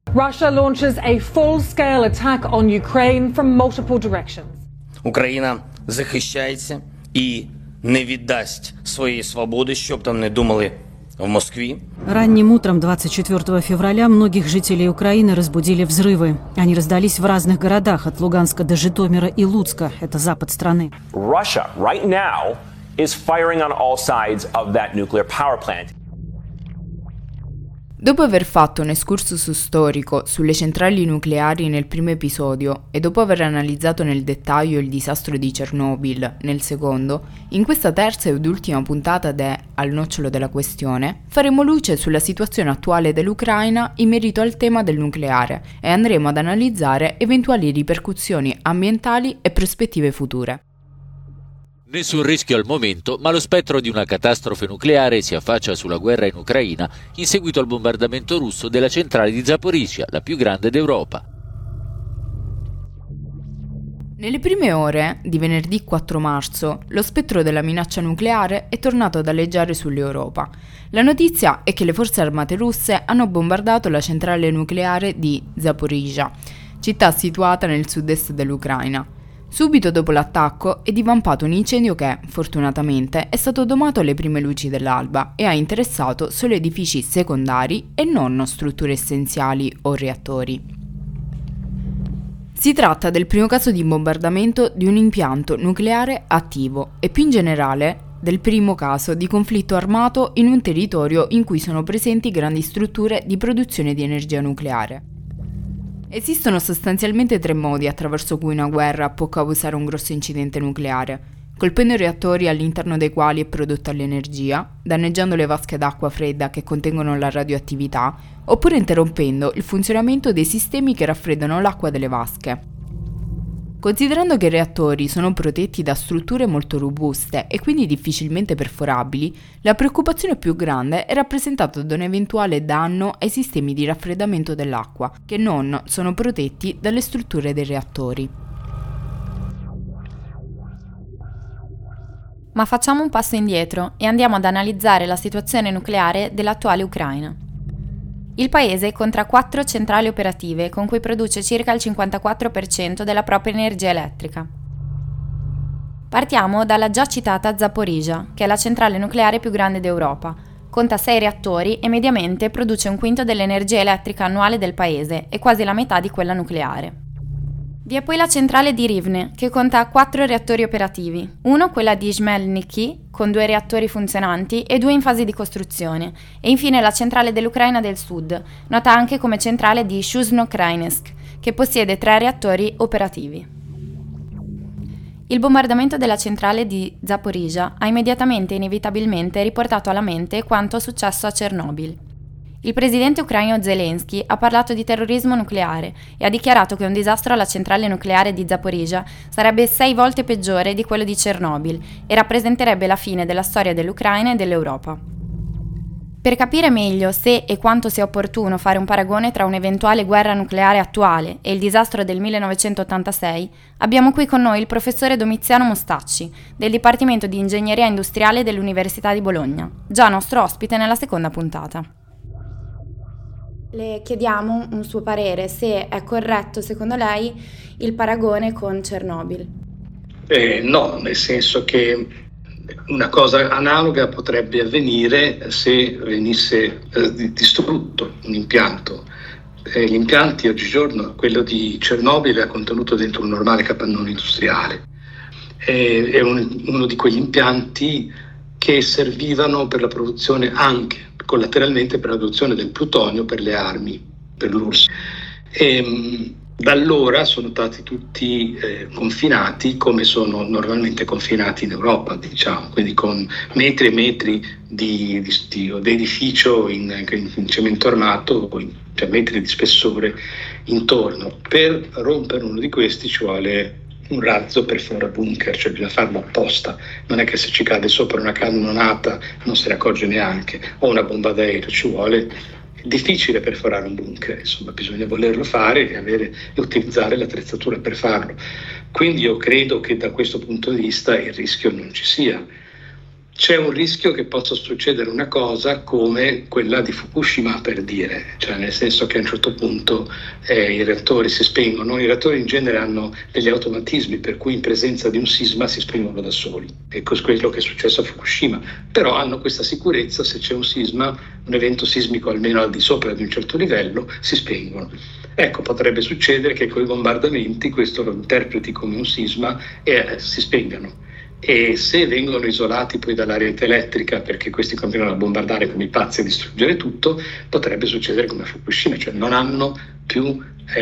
Russia launches a full-scale attack on Ukraine from multiple directions. Україна захищається і не віддасть своєї свободи, що б там не думали в Москве. Ранним утром 24 февраля многих жителей Украины разбудили взрывы. Они раздались в разных городах, от Луганска до Житомира и Луцка. Это запад страны. Russia right now is firing on all sides of that nuclear power plant. Dopo aver fatto un excursus storico sulle centrali nucleari nel primo episodio e dopo aver analizzato nel dettaglio il disastro di Chernobyl nel secondo, in questa terza ed ultima puntata Al nocciolo della questione, faremo luce sulla situazione attuale dell'Ucraina in merito al tema del nucleare e andremo ad analizzare eventuali ripercussioni ambientali e prospettive future. Nessun rischio al momento, ma lo spettro di una catastrofe nucleare si affaccia sulla guerra in Ucraina in seguito al bombardamento russo della centrale di Zaporizhzhia, la più grande d'Europa. Nelle prime ore di venerdì 4 marzo, lo spettro della minaccia nucleare è tornato ad aleggiare sull'Europa. La notizia è che le forze armate russe hanno bombardato la centrale nucleare di Zaporizhzhia, città situata nel sud-est dell'Ucraina. Subito dopo l'attacco è divampato un incendio che, fortunatamente, è stato domato alle prime luci dell'alba e ha interessato solo edifici secondari e non strutture essenziali o reattori. Si tratta del primo caso di bombardamento di un impianto nucleare attivo e più in generale del primo caso di conflitto armato in un territorio in cui sono presenti grandi strutture di produzione di energia nucleare. Esistono sostanzialmente 3 modi attraverso cui una guerra può causare un grosso incidente nucleare: colpendo i reattori all'interno dei quali è prodotta l'energia, danneggiando le vasche d'acqua fredda che contengono la radioattività, oppure interrompendo il funzionamento dei sistemi che raffreddano l'acqua delle vasche. Considerando che i reattori sono protetti da strutture molto robuste e quindi difficilmente perforabili, la preoccupazione più grande è rappresentata da un eventuale danno ai sistemi di raffreddamento dell'acqua, che non sono protetti dalle strutture dei reattori. Ma facciamo un passo indietro e andiamo ad analizzare la situazione nucleare dell'attuale Ucraina. Il paese conta 4 centrali operative con cui produce circa il 54% della propria energia elettrica. Partiamo dalla già citata Zaporizhzhia, che è la centrale nucleare più grande d'Europa. Conta 6 reattori e mediamente produce un quinto dell'energia elettrica annuale del paese e quasi la metà di quella nucleare. Vi è poi la centrale di Rivne, che conta 4 reattori operativi, uno quella di Izhmailniki, con 2 reattori funzionanti e 2 in fase di costruzione, e infine la centrale dell'Ucraina del Sud, nota anche come centrale di Yuzhno-Krainesk, che possiede 3 reattori operativi. Il bombardamento della centrale di Zaporizhzhia ha immediatamente e inevitabilmente riportato alla mente quanto successo a Chernobyl. Il presidente ucraino Zelensky ha parlato di terrorismo nucleare e ha dichiarato che un disastro alla centrale nucleare di Zaporizhzhia sarebbe 6 volte peggiore di quello di Chernobyl e rappresenterebbe la fine della storia dell'Ucraina e dell'Europa. Per capire meglio se e quanto sia opportuno fare un paragone tra un'eventuale guerra nucleare attuale e il disastro del 1986, abbiamo qui con noi il professore Domiziano Mostacci, del Dipartimento di Ingegneria Industriale dell'Università di Bologna, già nostro ospite nella seconda puntata. Le chiediamo un suo parere, se è corretto secondo lei il paragone con Chernobyl. No, nel senso che una cosa analoga potrebbe avvenire se venisse distrutto un impianto. Gli impianti oggigiorno, quello di Chernobyl è contenuto dentro un normale capannone industriale. È uno di quegli impianti che servivano per la produzione anche collateralmente per la produzione del plutonio per le armi, per l'URSS. Da allora sono stati tutti confinati come sono normalmente confinati in Europa, diciamo, quindi con metri e metri di edificio in cemento armato, cioè metri di spessore intorno. Per rompere uno di questi ci vuole un razzo per fare bunker, cioè bisogna farlo apposta, non è che se ci cade sopra una cannonata non se ne accorge neanche, o una bomba d'aereo, ci vuole, è difficile perforare un bunker, insomma bisogna volerlo fare e utilizzare l'attrezzatura per farlo. Quindi io credo che da questo punto di vista il rischio non ci sia. c'è un rischio che possa succedere una cosa come quella di Fukushima, per dire, cioè nel senso che a un certo punto i reattori si spengono. I reattori in genere hanno degli automatismi per cui in presenza di un sisma si spengono da soli, e questo è quello che è successo a Fukushima, però hanno questa sicurezza: se c'è un sisma, un evento sismico almeno al di sopra di un certo livello, si spengono. Ecco, potrebbe succedere che con i bombardamenti questo lo interpreti come un sisma e si spengano. E se vengono isolati poi dalla rete elettrica, perché questi continuano a bombardare come i pazzi e a distruggere tutto, potrebbe succedere come a Fukushima, cioè non hanno più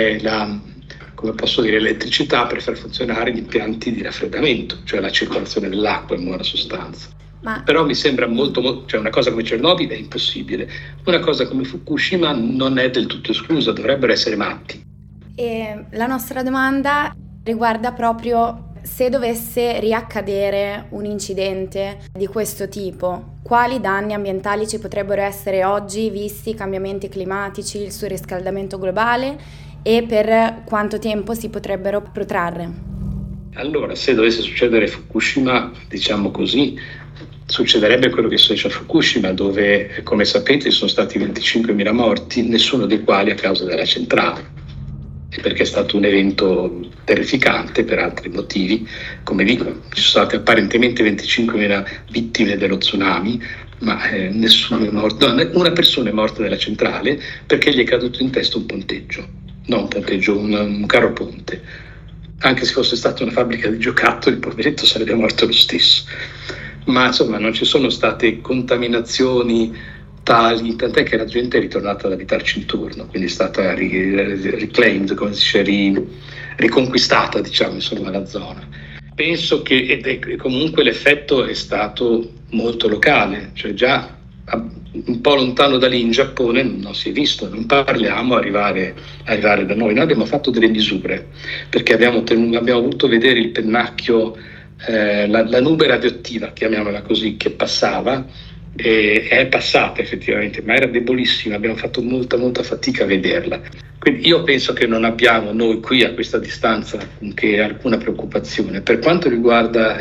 elettricità per far funzionare gli impianti di raffreddamento, cioè la circolazione dell'acqua in buona sostanza. Però mi sembra cioè una cosa come Chernobyl è impossibile, una cosa come Fukushima non è del tutto esclusa, dovrebbero essere matti. E la nostra domanda riguarda proprio: se dovesse riaccadere un incidente di questo tipo, quali danni ambientali ci potrebbero essere oggi, visti i cambiamenti climatici, il surriscaldamento globale, e per quanto tempo si potrebbero protrarre? Allora, se dovesse succedere Fukushima, diciamo così, succederebbe quello che succede a Fukushima, dove, come sapete, ci sono stati 25.000 morti, nessuno dei quali a causa della centrale, perché è stato un evento terrificante per altri motivi. Come dico, ci sono state apparentemente 25.000 vittime dello tsunami, ma nessuno è morto. No, una persona è morta nella centrale perché gli è caduto in testa un ponteggio, non un ponteggio, un carro ponte. Anche se fosse stata una fabbrica di giocattoli, il poveretto sarebbe morto lo stesso. Ma insomma non ci sono state contaminazioni tali, tant'è che la gente è ritornata ad abitarci intorno, quindi è stata reclaimed, come si dice, riconquistata, diciamo, insomma, la zona. Penso che comunque l'effetto è stato molto locale, cioè già un po' lontano da lì in Giappone non si è visto, non parliamo arrivare da noi. Noi abbiamo fatto delle misure, perché abbiamo voluto vedere il pennacchio, la nube radioattiva, chiamiamola così, che passava. E è passata effettivamente, ma era debolissima, abbiamo fatto molta fatica a vederla. Quindi io penso che non abbiamo noi qui a questa distanza che alcuna preoccupazione. Per quanto riguarda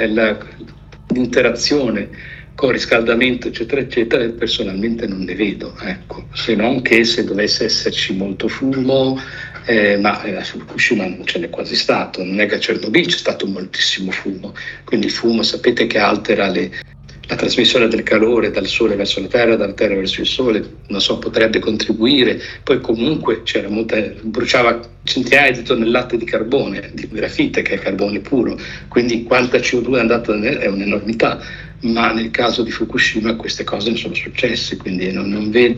l'interazione con riscaldamento eccetera eccetera, personalmente non ne vedo, ecco, se non che se dovesse esserci molto fumo, ma a Fukushima non ce n'è quasi stato, non è che a Chernobyl c'è stato moltissimo fumo, quindi il fumo sapete che altera la trasmissione del calore dal sole verso la terra, dalla terra verso il sole, non so, potrebbe contribuire. Poi comunque bruciava centinaia di tonnellate di carbone, di grafite, che è carbone puro, quindi quanta CO2 è andata è un'enormità, ma nel caso di Fukushima queste cose non sono successe, quindi non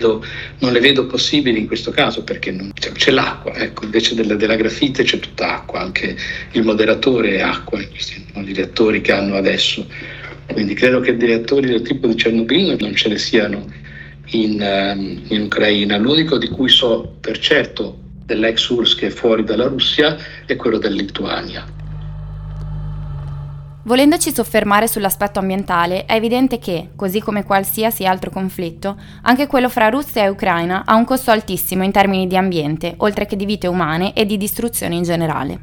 le vedo possibili in questo caso, perché c'è l'acqua, ecco, invece della grafite c'è tutta acqua, anche il moderatore è acqua, i reattori che hanno adesso. Quindi credo che dei reattori del tipo di Chernobyl non ce ne siano in Ucraina. L'unico di cui so per certo dell'ex URSS che è fuori dalla Russia è quello della Lituania. Volendoci soffermare sull'aspetto ambientale, è evidente che, così come qualsiasi altro conflitto, anche quello fra Russia e Ucraina ha un costo altissimo in termini di ambiente, oltre che di vite umane e di distruzione in generale.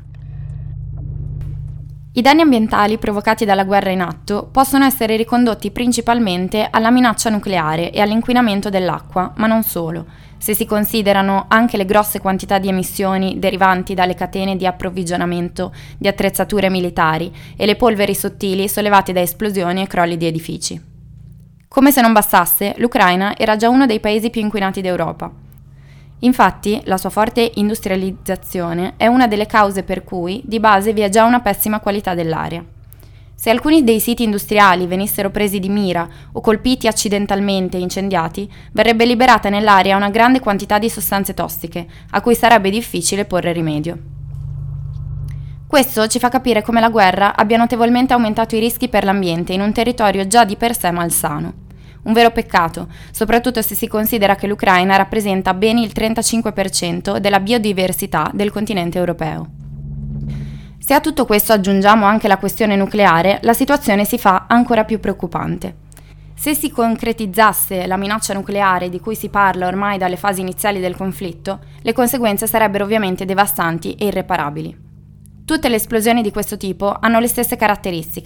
I danni ambientali provocati dalla guerra in atto possono essere ricondotti principalmente alla minaccia nucleare e all'inquinamento dell'acqua, ma non solo, se si considerano anche le grosse quantità di emissioni derivanti dalle catene di approvvigionamento di attrezzature militari e le polveri sottili sollevate da esplosioni e crolli di edifici. Come se non bastasse, l'Ucraina era già uno dei paesi più inquinati d'Europa. Infatti, la sua forte industrializzazione è una delle cause per cui, di base, vi è già una pessima qualità dell'aria. Se alcuni dei siti industriali venissero presi di mira o colpiti accidentalmente e incendiati, verrebbe liberata nell'aria una grande quantità di sostanze tossiche, a cui sarebbe difficile porre rimedio. Questo ci fa capire come la guerra abbia notevolmente aumentato i rischi per l'ambiente in un territorio già di per sé malsano. Un vero peccato, soprattutto se si considera che l'Ucraina rappresenta ben il 35% della biodiversità del continente europeo. Se a tutto questo aggiungiamo anche la questione nucleare, la situazione si fa ancora più preoccupante. Se si concretizzasse la minaccia nucleare di cui si parla ormai dalle fasi iniziali del conflitto, le conseguenze sarebbero ovviamente devastanti e irreparabili. Tutte le esplosioni di questo tipo hanno le stesse caratteristiche.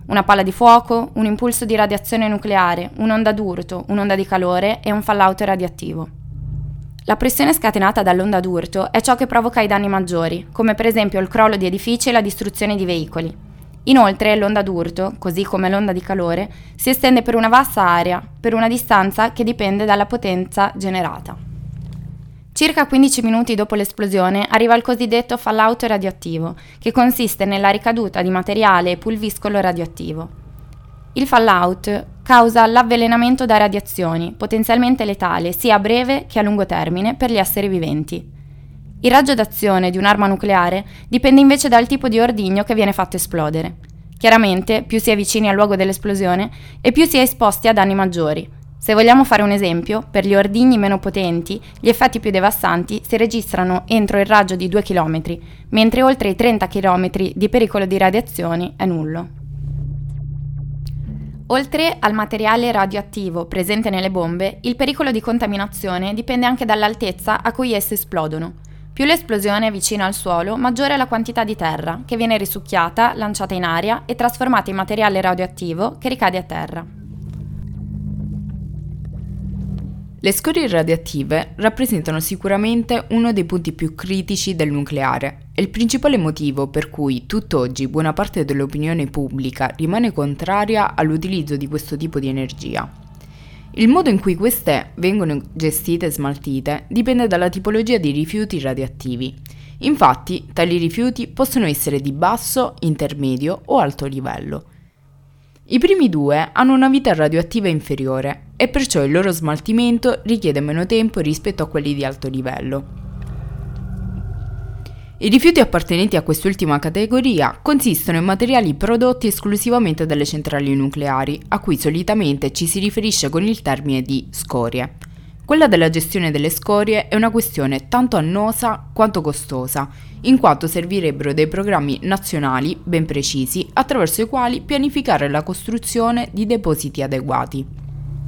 una palla di fuoco, un impulso di radiazione nucleare, un'onda d'urto, un'onda di calore e un fallout radioattivo. La pressione scatenata dall'onda d'urto è ciò che provoca i danni maggiori, come per esempio il crollo di edifici e la distruzione di veicoli. Inoltre l'onda d'urto, così come l'onda di calore, si estende per una vasta area, per una distanza che dipende dalla potenza generata. Circa 15 minuti dopo l'esplosione arriva il cosiddetto fallout radioattivo, che consiste nella ricaduta di materiale e pulviscolo radioattivo. Il fallout causa l'avvelenamento da radiazioni, potenzialmente letale sia a breve che a lungo termine per gli esseri viventi. Il raggio d'azione di un'arma nucleare dipende invece dal tipo di ordigno che viene fatto esplodere. Chiaramente, più si è vicini al luogo dell'esplosione e più si è esposti a danni maggiori. Se vogliamo fare un esempio, per gli ordigni meno potenti, gli effetti più devastanti si registrano entro il raggio di 2 km, mentre oltre i 30 km di pericolo di radiazioni è nullo. Oltre al materiale radioattivo presente nelle bombe, il pericolo di contaminazione dipende anche dall'altezza a cui esse esplodono. Più l'esplosione è vicina al suolo, maggiore è la quantità di terra, che viene risucchiata, lanciata in aria e trasformata in materiale radioattivo che ricade a terra. Le scorie radioattive rappresentano sicuramente uno dei punti più critici del nucleare e il principale motivo per cui tutt'oggi buona parte dell'opinione pubblica rimane contraria all'utilizzo di questo tipo di energia. Il modo in cui queste vengono gestite e smaltite dipende dalla tipologia di rifiuti radioattivi. Infatti, tali rifiuti possono essere di basso, intermedio o alto livello. I primi due hanno una vita radioattiva inferiore e perciò il loro smaltimento richiede meno tempo rispetto a quelli di alto livello. I rifiuti appartenenti a quest'ultima categoria consistono in materiali prodotti esclusivamente dalle centrali nucleari, a cui solitamente ci si riferisce con il termine di scorie. Quella della gestione delle scorie è una questione tanto annosa quanto costosa, in quanto servirebbero dei programmi nazionali ben precisi attraverso i quali pianificare la costruzione di depositi adeguati.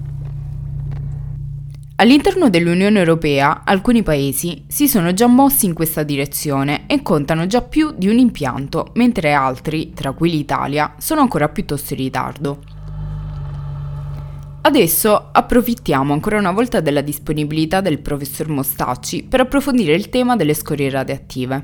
All'interno dell'Unione Europea alcuni paesi si sono già mossi in questa direzione e contano già più di un impianto, mentre altri, tra cui l'Italia, sono ancora piuttosto in ritardo. Adesso approfittiamo ancora una volta della disponibilità del professor Mostacci per approfondire il tema delle scorie radioattive.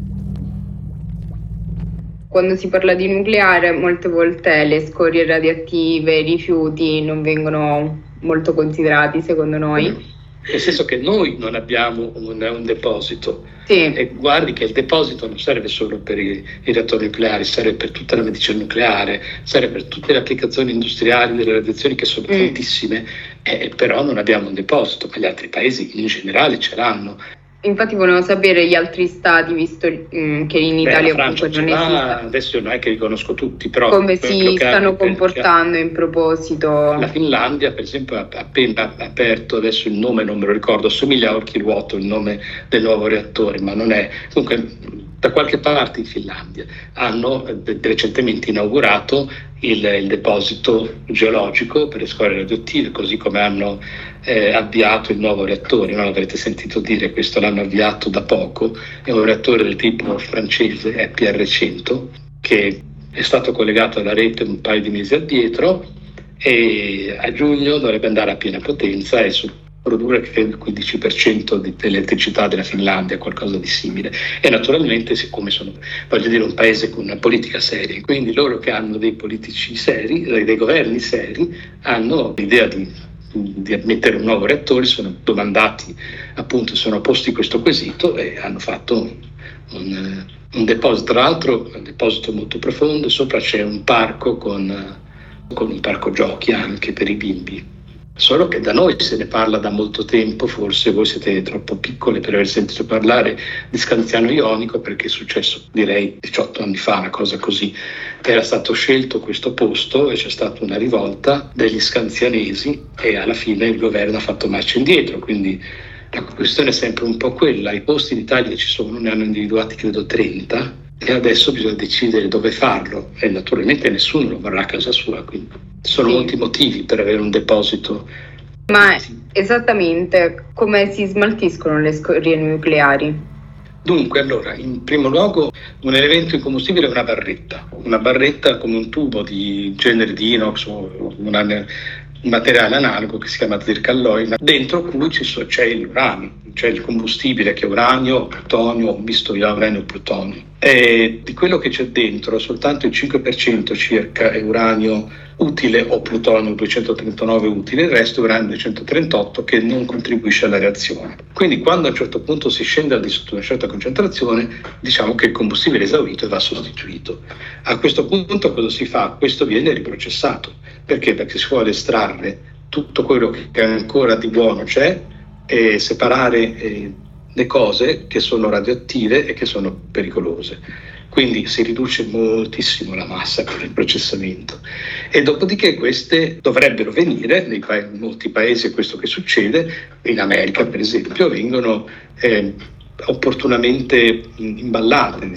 Quando si parla di nucleare, molte volte le scorie radioattive, i rifiuti non vengono molto considerati, secondo noi. Nel senso che noi non abbiamo un deposito. Sì. E guardi che il deposito non serve solo per i reattori nucleari, serve per tutta la medicina nucleare, serve per tutte le applicazioni industriali delle radiazioni, che sono tantissime, però non abbiamo un deposito, ma gli altri paesi in generale ce l'hanno. Infatti volevo sapere gli altri stati, visto che in Italia comunque non esiste. Adesso non è che li conosco tutti, però come si stanno comportando in proposito? La Finlandia, per esempio, ha appena aperto, adesso il nome non me lo ricordo, assomiglia a Olkiluoto il nome del nuovo reattore, ma non è. Comunque da qualche parte in Finlandia hanno recentemente inaugurato il deposito geologico per le scorie radioattive, così come hanno avviato il nuovo reattore. Non avrete sentito dire, questo l'hanno avviato da poco, è un reattore del tipo francese EPR100 che è stato collegato alla rete un paio di mesi addietro e a giugno dovrebbe andare a piena potenza e produrre credo il 15% dell'elettricità della Finlandia, qualcosa di simile. E naturalmente, siccome sono, un paese con una politica seria, quindi loro che hanno dei politici seri, dei governi seri, hanno l'idea di mettere un nuovo reattore, sono domandati, appunto, sono posti questo quesito e hanno fatto un deposito, tra l'altro un deposito molto profondo, sopra c'è un parco con un parco giochi anche per i bimbi. Solo che da noi se ne parla da molto tempo, forse voi siete troppo piccole per aver sentito parlare di Scanziano Ionico, perché è successo direi 18 anni fa, una cosa così. Era stato scelto questo posto e c'è stata una rivolta degli scanzianesi e alla fine il governo ha fatto marcia indietro, quindi la questione è sempre un po' quella. I posti in Italia ci sono, ne hanno individuati credo 30 e adesso bisogna decidere dove farlo e naturalmente nessuno lo vorrà a casa sua, quindi ci sono molti motivi per avere un deposito. Ma esattamente come si smaltiscono le scorie nucleari? Dunque, allora, in primo luogo, un elemento incombustibile è una barretta come un tubo di genere di inox o un materiale analogo che si chiama zircalloide, dentro cui c'è l'uranio, c'è il combustibile che è uranio, plutonio, un misto di uranio e plutonio. E di quello che c'è dentro soltanto il 5% circa è uranio utile o plutonio 239 utile, il resto è uranio 238 che non contribuisce alla reazione. Quindi quando a un certo punto si scende al di sotto di una certa concentrazione, diciamo che il combustibile è esaurito e va sostituito. A questo punto cosa si fa? Questo viene riprocessato. Perché? Perché si vuole estrarre tutto quello che ancora di buono c'è e separare le cose che sono radioattive e che sono pericolose. Quindi si riduce moltissimo la massa con il processamento e dopodiché queste dovrebbero venire, in molti paesi è questo che succede, in America per esempio vengono opportunamente imballate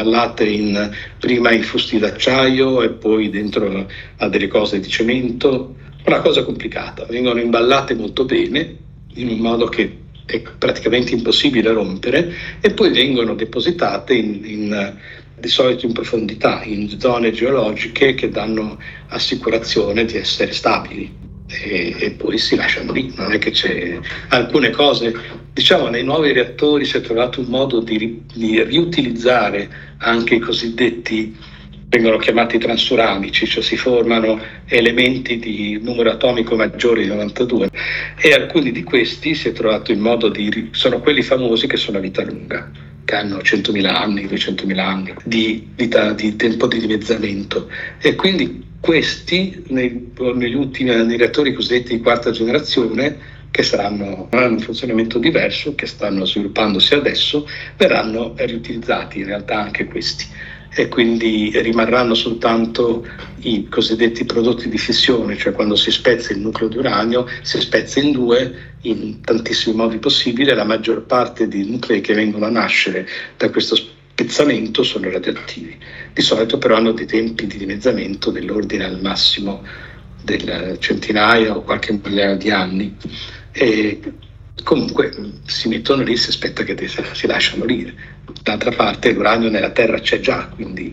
prima in fusti d'acciaio e poi dentro a delle cose di cemento, una cosa complicata, vengono imballate molto bene in un modo che è praticamente impossibile rompere e poi vengono depositate di solito in profondità, in zone geologiche che danno assicurazione di essere stabili e poi si lasciano lì. Non è che c'è alcune cose, diciamo nei nuovi reattori si è trovato un modo di riutilizzare anche i cosiddetti, vengono chiamati transuranici, cioè si formano elementi di numero atomico maggiore di 92 e alcuni di questi si è trovato il modo sono quelli famosi che sono a vita lunga, che hanno 100.000 anni, 200.000 anni di tempo di dimezzamento e quindi questi nei reattori cosiddetti di quarta generazione che avranno un funzionamento diverso, che stanno sviluppandosi adesso, verranno riutilizzati in realtà anche questi. E quindi rimarranno soltanto i cosiddetti prodotti di fissione, cioè quando si spezza il nucleo di uranio, si spezza in due in tantissimi modi possibili, la maggior parte dei nuclei che vengono a nascere da questo spezzamento sono radioattivi. Di solito però hanno dei tempi di dimezzamento dell'ordine al massimo del centinaia o qualche migliaio di anni e comunque si mettono lì, si aspetta che si lasciano lì. D'altra parte l'uranio nella Terra c'è già, quindi.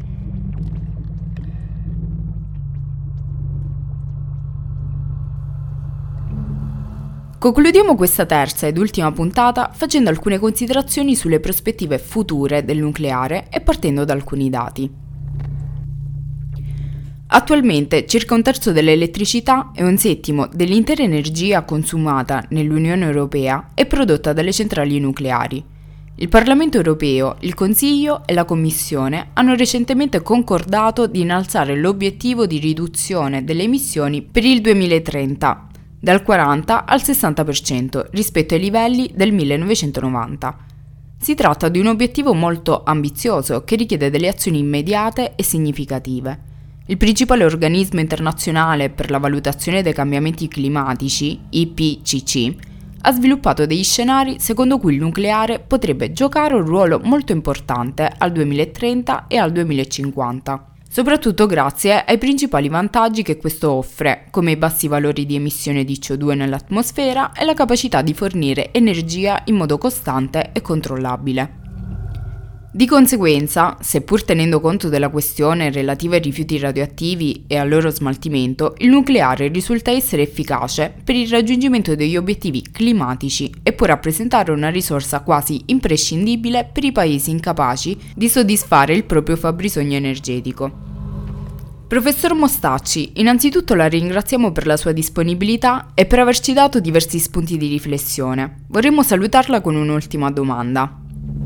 Concludiamo questa terza ed ultima puntata facendo alcune considerazioni sulle prospettive future del nucleare e partendo da alcuni dati. Attualmente circa un terzo dell'elettricità e un settimo dell'intera energia consumata nell'Unione Europea è prodotta dalle centrali nucleari. Il Parlamento europeo, il Consiglio e la Commissione hanno recentemente concordato di innalzare l'obiettivo di riduzione delle emissioni per il 2030, dal 40 al 60% rispetto ai livelli del 1990. Si tratta di un obiettivo molto ambizioso che richiede delle azioni immediate e significative. Il principale organismo internazionale per la valutazione dei cambiamenti climatici, IPCC, ha sviluppato degli scenari secondo cui il nucleare potrebbe giocare un ruolo molto importante al 2030 e al 2050, soprattutto grazie ai principali vantaggi che questo offre, come i bassi valori di emissione di CO2 nell'atmosfera e la capacità di fornire energia in modo costante e controllabile. Di conseguenza, seppur tenendo conto della questione relativa ai rifiuti radioattivi e al loro smaltimento, il nucleare risulta essere efficace per il raggiungimento degli obiettivi climatici e può rappresentare una risorsa quasi imprescindibile per i paesi incapaci di soddisfare il proprio fabbisogno energetico. Professor Mostacci, innanzitutto la ringraziamo per la sua disponibilità e per averci dato diversi spunti di riflessione. Vorremmo salutarla con un'ultima domanda.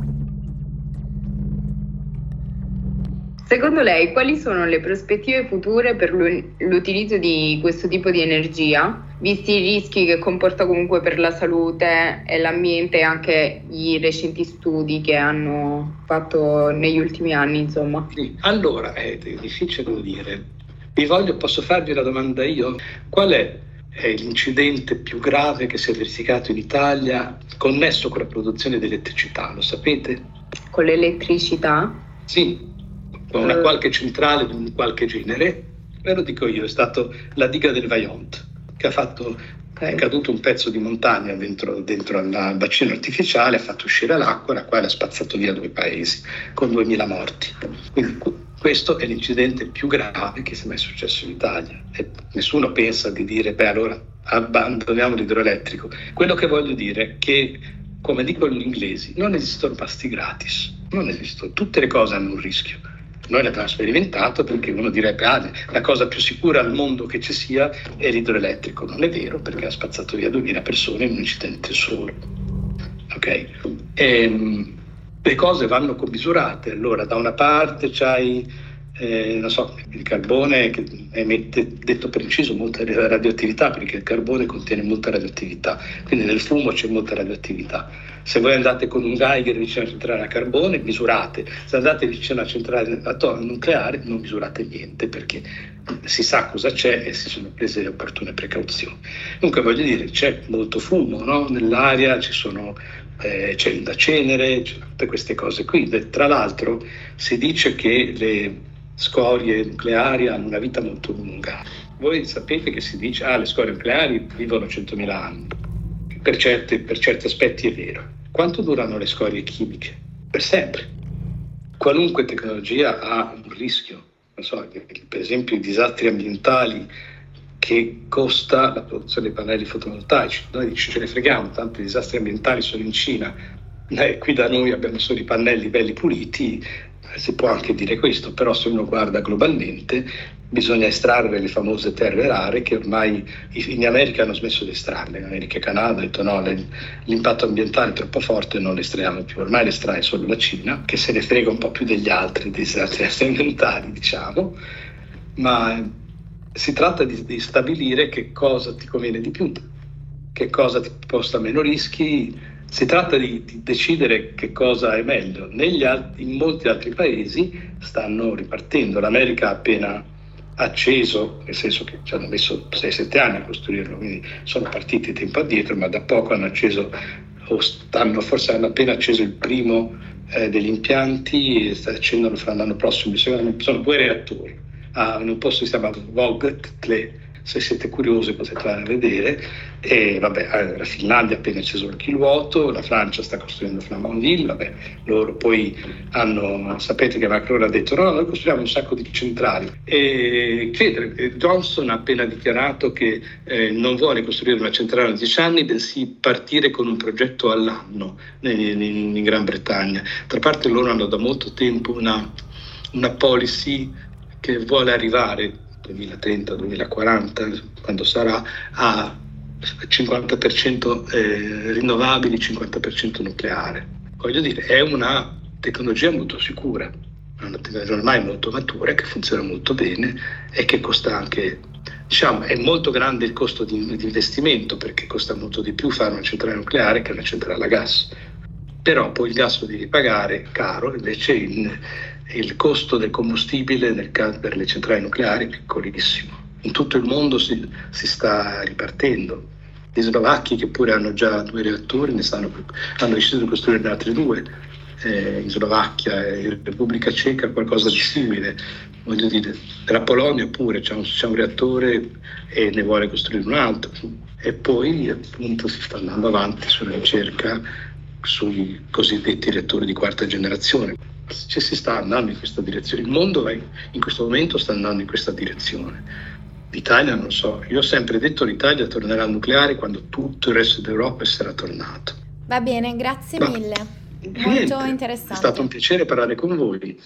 Secondo lei, quali sono le prospettive future per l'utilizzo di questo tipo di energia, visti i rischi che comporta comunque per la salute e l'ambiente e anche i recenti studi che hanno fatto negli ultimi anni, insomma? Allora, è difficile da dire. Posso farvi la domanda io? Qual è l'incidente più grave che si è verificato in Italia connesso con la produzione di elettricità? Lo sapete? Con l'elettricità? Sì. Con una qualche centrale di qualche genere, ve lo dico io, è stato la diga del Vajont, che ha fatto È caduto un pezzo di montagna dentro al bacino artificiale, ha fatto uscire l'acqua, la quale ha spazzato via 2 paesi, con 2000 morti. Quindi questo è l'incidente più grave che sia mai successo in Italia. E nessuno pensa di dire, allora abbandoniamo l'idroelettrico. Quello che voglio dire è che, come dicono gli inglesi, non esistono pasti gratis, non esistono. Tutte le cose hanno un rischio. Noi l'abbiamo sperimentato perché uno direbbe la cosa più sicura al mondo che ci sia è l'idroelettrico. Non è vero, perché ha spazzato via 2000 persone in un incidente solo. Ok? Le cose vanno commisurate. Allora, da una parte c'hai il carbone che emette, detto per inciso, molta radioattività, perché il carbone contiene molta radioattività, quindi nel fumo c'è molta radioattività. Se voi andate con un Geiger vicino a una centrale a carbone, misurate. Se andate vicino a una centrale nucleare, non misurate niente, perché si sa cosa c'è e si sono prese le opportune precauzioni. Dunque, voglio dire, c'è molto fumo, no? Nell'aria c'è la cenere, c'è tutte queste cose qui. Tra l'altro si dice che le scorie nucleari hanno una vita molto lunga. Voi sapete che si dice le scorie nucleari vivono 100.000 anni. Per certi aspetti è vero. Quanto durano le scorie chimiche? Per sempre. Qualunque tecnologia ha un rischio. Per esempio i disastri ambientali che costa la produzione dei pannelli fotovoltaici. Noi ce ne freghiamo, tanto i disastri ambientali sono in Cina. Qui da noi abbiamo solo i pannelli belli puliti, si può anche dire questo, però se uno guarda globalmente bisogna estrarre le famose terre rare che ormai in America hanno smesso di estrarle. In America e Canada hanno detto no, l'impatto ambientale è troppo forte e non le estraiamo più. Ormai le estrae solo la Cina, che se ne frega un po' più degli altri disastri ambientali, diciamo, ma si tratta di stabilire che cosa ti conviene di più, che cosa ti posta meno rischi. Si tratta di decidere che cosa è meglio. In molti altri paesi stanno ripartendo. L'America ha appena acceso, nel senso che ci hanno messo 6-7 anni a costruirlo, quindi sono partiti tempo addietro, ma da poco hanno acceso, forse hanno appena acceso il primo degli impianti, e accendono fra l'anno prossimo. Sono 2 reattori. In un posto che si chiama Vogtle. Se siete curiosi potete andare a vedere. E la Finlandia ha appena acceso il chiluoto, la Francia sta costruendo Flamanville, loro poi sapete che Macron ha detto no, noi costruiamo un sacco di centrali, e Johnson ha appena dichiarato che non vuole costruire una centrale in 10 anni, bensì partire con un progetto all'anno in Gran Bretagna. Tra parte loro hanno da molto tempo una policy che vuole arrivare 2030-2040, quando sarà, a 50% rinnovabili, 50% nucleare. Voglio dire, è una tecnologia molto sicura, una tecnologia ormai molto matura, che funziona molto bene e che costa anche, è molto grande il costo di investimento, perché costa molto di più fare una centrale nucleare che una centrale a gas. Però poi il gas lo devi pagare caro, invece il costo del combustibile per le centrali nucleari è piccolissimo. In tutto il mondo si sta ripartendo. Gli slovacchi, che pure hanno già 2 reattori, hanno deciso di costruirne altri 2. In Slovacchia e in Repubblica Ceca qualcosa di simile. Voglio dire, la Polonia pure c'ha un reattore e ne vuole costruire un altro. E poi appunto si sta andando avanti sulla ricerca sui cosiddetti reattori di 4ª generazione. Si sta andando in questa direzione. Il mondo in questo momento sta andando in questa direzione. L'Italia non so. Io ho sempre detto che l'Italia tornerà al nucleare quando tutto il resto d'Europa sarà tornato. Va bene, grazie mille. Molto interessante. È stato un piacere parlare con voi.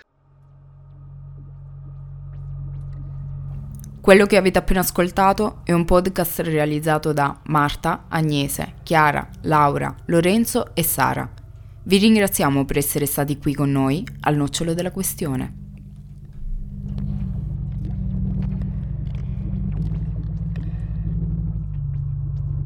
Quello che avete appena ascoltato è un podcast realizzato da Marta, Agnese, Chiara, Laura, Lorenzo e Sara. Vi ringraziamo per essere stati qui con noi al nocciolo della questione.